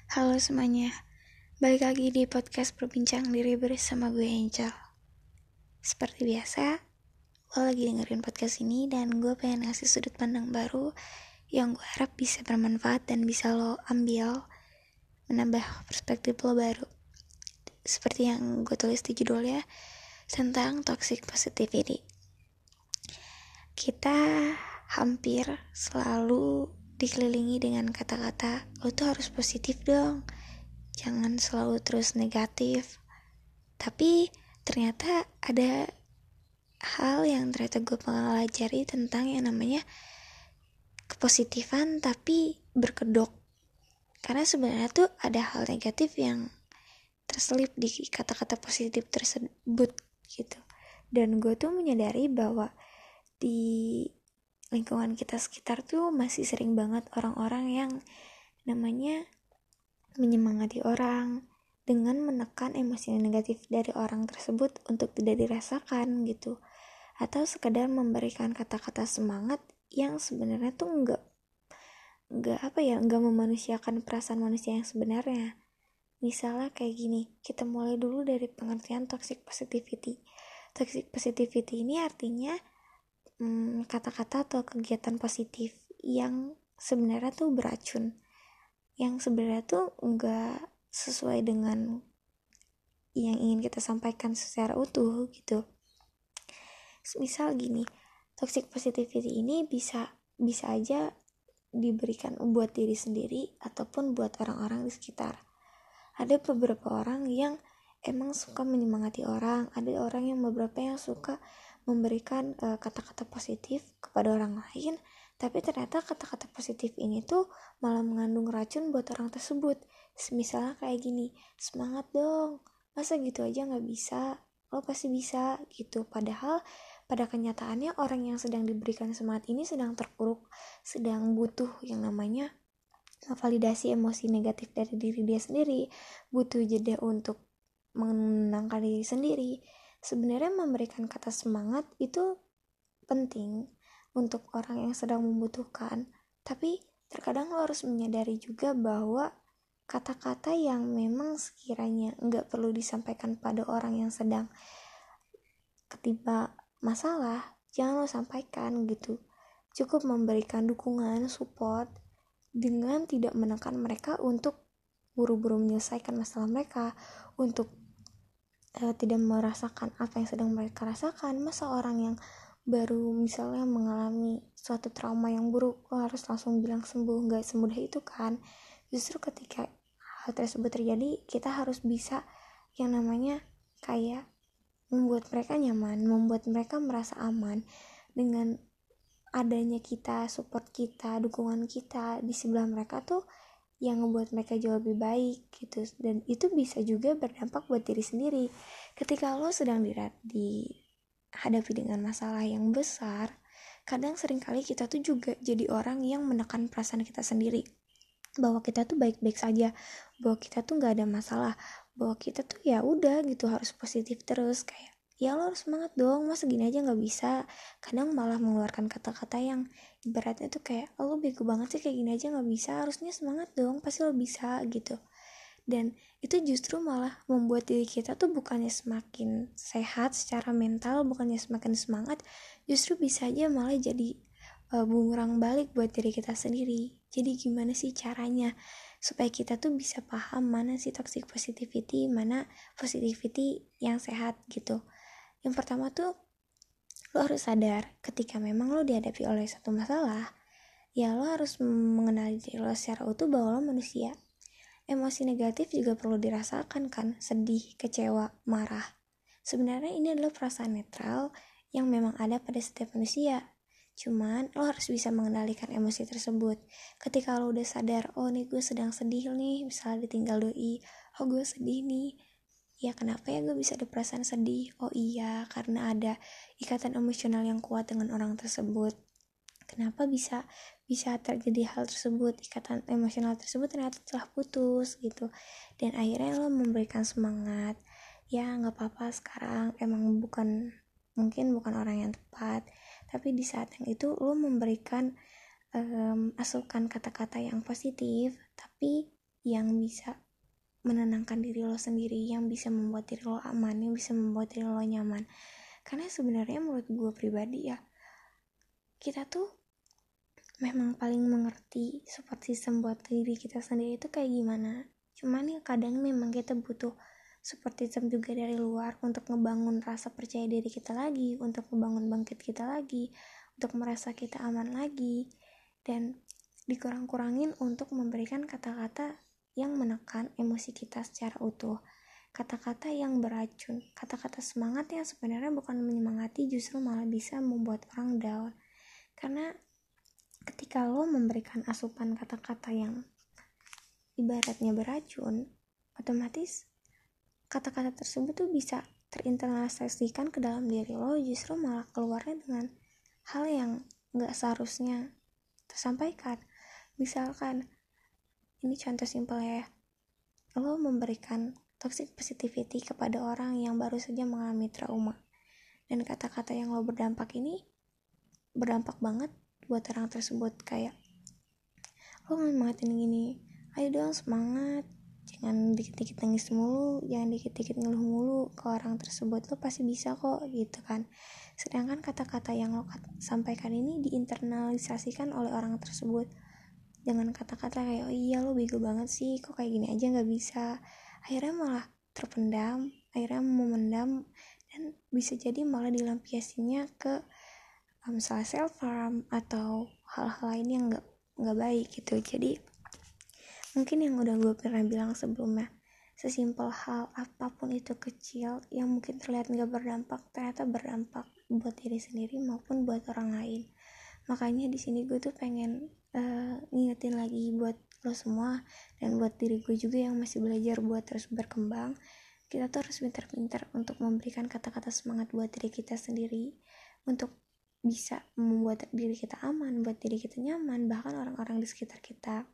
Halo semuanya, balik lagi di podcast Berbincang Diri bersama gue Angel. Seperti biasa, lo lagi dengerin podcast ini dan gue pengen ngasih sudut pandang baru yang gue harap bisa bermanfaat dan bisa lo ambil, menambah perspektif lo baru. Seperti yang gue tulis di judulnya, tentang toxic positivity. Kita hampir selalu dikelilingi dengan kata-kata, lo tuh harus positif dong, jangan selalu terus negatif. Tapi ternyata ada hal yang ternyata gue pelajari tentang yang namanya kepositifan tapi berkedok. Karena sebenarnya tuh ada hal negatif yang terselip di kata-kata positif tersebut gitu. Dan gue tuh menyadari bahwa di lingkungan kita sekitar tuh masih sering banget orang-orang yang namanya menyemangati orang dengan menekan emosi negatif dari orang tersebut untuk tidak dirasakan gitu, atau sekedar memberikan kata-kata semangat yang sebenarnya tuh nggak memanusiakan perasaan manusia yang sebenarnya. Misalnya kayak gini, kita mulai dulu dari pengertian toxic positivity. Toxic positivity ini artinya kata-kata atau kegiatan positif yang sebenarnya tuh beracun, yang sebenarnya tuh nggak sesuai dengan yang ingin kita sampaikan secara utuh gitu. Misal gini, toxic positivity ini bisa aja diberikan buat diri sendiri ataupun buat orang-orang di sekitar. Ada beberapa orang yang emang suka menyemangati orang, ada orang yang beberapa yang suka memberikan kata-kata positif kepada orang lain, tapi ternyata kata-kata positif ini tuh malah mengandung racun buat orang tersebut. Misalnya kayak gini, semangat dong, masa gitu aja gak bisa, lo pasti bisa gitu. Padahal pada kenyataannya orang yang sedang diberikan semangat ini sedang terpuruk, sedang butuh yang namanya validasi emosi negatif dari diri dia sendiri, butuh jeda untuk menenangkan diri sendiri. Sebenarnya memberikan kata semangat itu penting untuk orang yang sedang membutuhkan, tapi terkadang lo harus menyadari juga bahwa kata-kata yang memang sekiranya nggak perlu disampaikan pada orang yang sedang ketimpa masalah, jangan lo sampaikan gitu. Cukup memberikan dukungan, support, dengan tidak menekan mereka untuk buru-buru menyelesaikan masalah mereka, untuk tidak merasakan apa yang sedang mereka rasakan. Masa orang yang baru misalnya mengalami suatu trauma yang buruk lo harus langsung bilang sembuh? Nggak semudah itu kan. Justru ketika hal tersebut terjadi, kita harus bisa yang namanya kayak membuat mereka nyaman, membuat mereka merasa aman dengan adanya kita, support kita, dukungan kita di sebelah mereka tuh yang membuat mereka jauh lebih baik gitu. Dan itu bisa juga berdampak buat diri sendiri. Ketika lo sedang dihadapi dengan masalah yang besar, kadang seringkali kita tuh juga jadi orang yang menekan perasaan kita sendiri, bahwa kita tuh baik-baik saja, bahwa kita tuh nggak ada masalah, bahwa kita tuh ya udah gitu harus positif terus, kayak ya lo harus semangat dong, masa gini aja nggak bisa. Kadang malah mengeluarkan kata-kata yang ibaratnya tuh kayak lo bego banget sih, kayak gini aja nggak bisa, harusnya semangat dong, pasti lo bisa gitu. Dan itu justru malah membuat diri kita tuh bukannya semakin sehat secara mental, bukannya semakin semangat, justru bisa aja malah jadi bumerang balik buat diri kita sendiri. Jadi gimana sih caranya supaya kita tuh bisa paham mana sih toxic positivity, mana positivity yang sehat gitu. Yang pertama tuh, lo harus sadar ketika memang lo dihadapi oleh satu masalah, ya lo harus mengenali diri lo secara utuh bahwa lo manusia. Emosi negatif juga perlu dirasakan kan, sedih, kecewa, marah. Sebenarnya ini adalah perasaan netral yang memang ada pada setiap manusia. Cuman lo harus bisa mengendalikan emosi tersebut. Ketika lo udah sadar, oh nih gue sedang sedih nih, misalnya ditinggal doi, oh gue sedih nih, ya kenapa ya gue bisa ada perasaan sedih? Oh iya, karena ada ikatan emosional yang kuat dengan orang tersebut. Kenapa bisa terjadi hal tersebut, ikatan emosional tersebut ternyata telah putus gitu. Dan akhirnya lo memberikan semangat, ya gak apa-apa sekarang emang mungkin bukan orang yang tepat, tapi di saat yang itu lo memberikan asukan kata-kata yang positif, tapi yang bisa menenangkan diri lo sendiri, yang bisa membuat diri lo aman, yang bisa membuat diri lo nyaman. Karena sebenarnya menurut gue pribadi ya, kita tuh memang paling mengerti support system buat diri kita sendiri itu kayak gimana. Cuman ya kadang memang kita butuh support system juga dari luar untuk ngebangun rasa percaya diri kita lagi, untuk ngebangun bangkit kita lagi, untuk merasa kita aman lagi, dan dikurang-kurangin untuk memberikan kata-kata yang menekan emosi kita secara utuh, kata-kata yang beracun, kata-kata semangat yang sebenarnya bukan menyemangati, justru malah bisa membuat orang down. Karena ketika lo memberikan asupan kata-kata yang ibaratnya beracun, otomatis kata-kata tersebut tuh bisa terinternalisasikan ke dalam diri lo, justru malah keluarnya dengan hal yang gak seharusnya tersampaikan. Misalkan, ini contoh simpel ya, lo memberikan toxic positivity kepada orang yang baru saja mengalami trauma, dan kata-kata yang lo berdampak ini berdampak banget buat orang tersebut, kayak lo ngemangatin gini, ayo dong semangat, jangan dikit-dikit nangis mulu, jangan dikit-dikit ngeluh mulu ke orang tersebut, lo pasti bisa kok, gitu kan. Sedangkan kata-kata yang lo sampaikan ini diinternalisasikan oleh orang tersebut dengan kata-kata kayak, oh iya lo bego banget sih, kok kayak gini aja gak bisa. Akhirnya malah terpendam, akhirnya memendam, dan bisa jadi malah dilampiasinya ke misalnya self harm atau hal-hal lain yang gak baik gitu. Jadi mungkin yang udah gue pernah bilang sebelumnya, sesimpel hal apapun itu kecil yang mungkin terlihat gak berdampak, ternyata berdampak buat diri sendiri maupun buat orang lain. Makanya di sini gue tuh pengen ngingetin lagi buat lo semua, dan buat diri gue juga yang masih belajar buat terus berkembang. Kita tuh harus pintar-pintar untuk memberikan kata-kata semangat buat diri kita sendiri, untuk bisa membuat diri kita aman, buat diri kita nyaman, bahkan orang-orang di sekitar kita.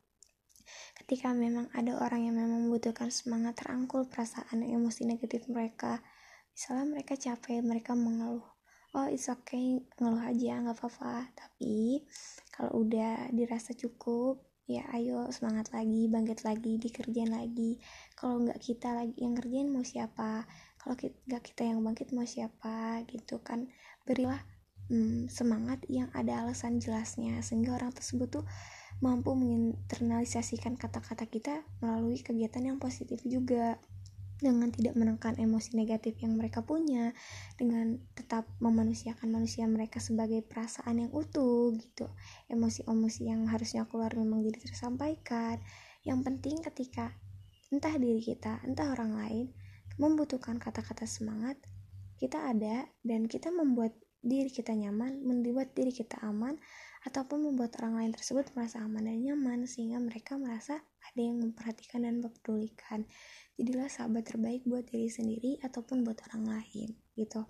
Ketika memang ada orang yang memang membutuhkan semangat, terangkul perasaan emosi negatif mereka. Misalnya mereka capek, mereka mengeluh, oh it's okay, ngeluh aja gak apa-apa. Tapi kalau udah dirasa cukup, ya ayo semangat lagi, bangkit lagi, dikerjain lagi. Kalau gak kita lagi yang kerjain mau siapa, kalau gak kita yang bangkit mau siapa, gitu kan. Berilah semangat yang ada alasan jelasnya, sehingga orang tersebut tuh mampu menginternalisasikan kata-kata kita melalui kegiatan yang positif juga, dengan tidak menekan emosi negatif yang mereka punya, dengan tetap memanusiakan manusia mereka sebagai perasaan yang utuh gitu. Emosi-emosi yang harusnya keluar memang jadi tersampaikan. Yang penting ketika entah diri kita, entah orang lain membutuhkan kata-kata semangat, kita ada dan kita membuat diri kita nyaman, membuat diri kita aman, ataupun membuat orang lain tersebut merasa aman dan nyaman, sehingga mereka merasa ada yang memperhatikan dan mempedulikan. Jadilah sahabat terbaik buat diri sendiri ataupun buat orang lain gitu.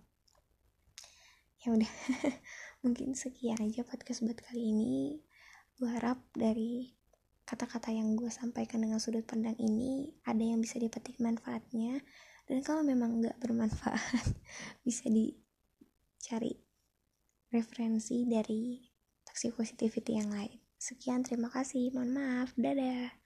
Ya udah, mungkin sekian aja podcast buat kali ini. Gue harap dari kata-kata yang gue sampaikan dengan sudut pandang ini ada yang bisa dipetik manfaatnya, dan kalau memang gak bermanfaat bisa dicari referensi dari toxic positivity yang lain. Sekian, terima kasih, mohon maaf, dadah.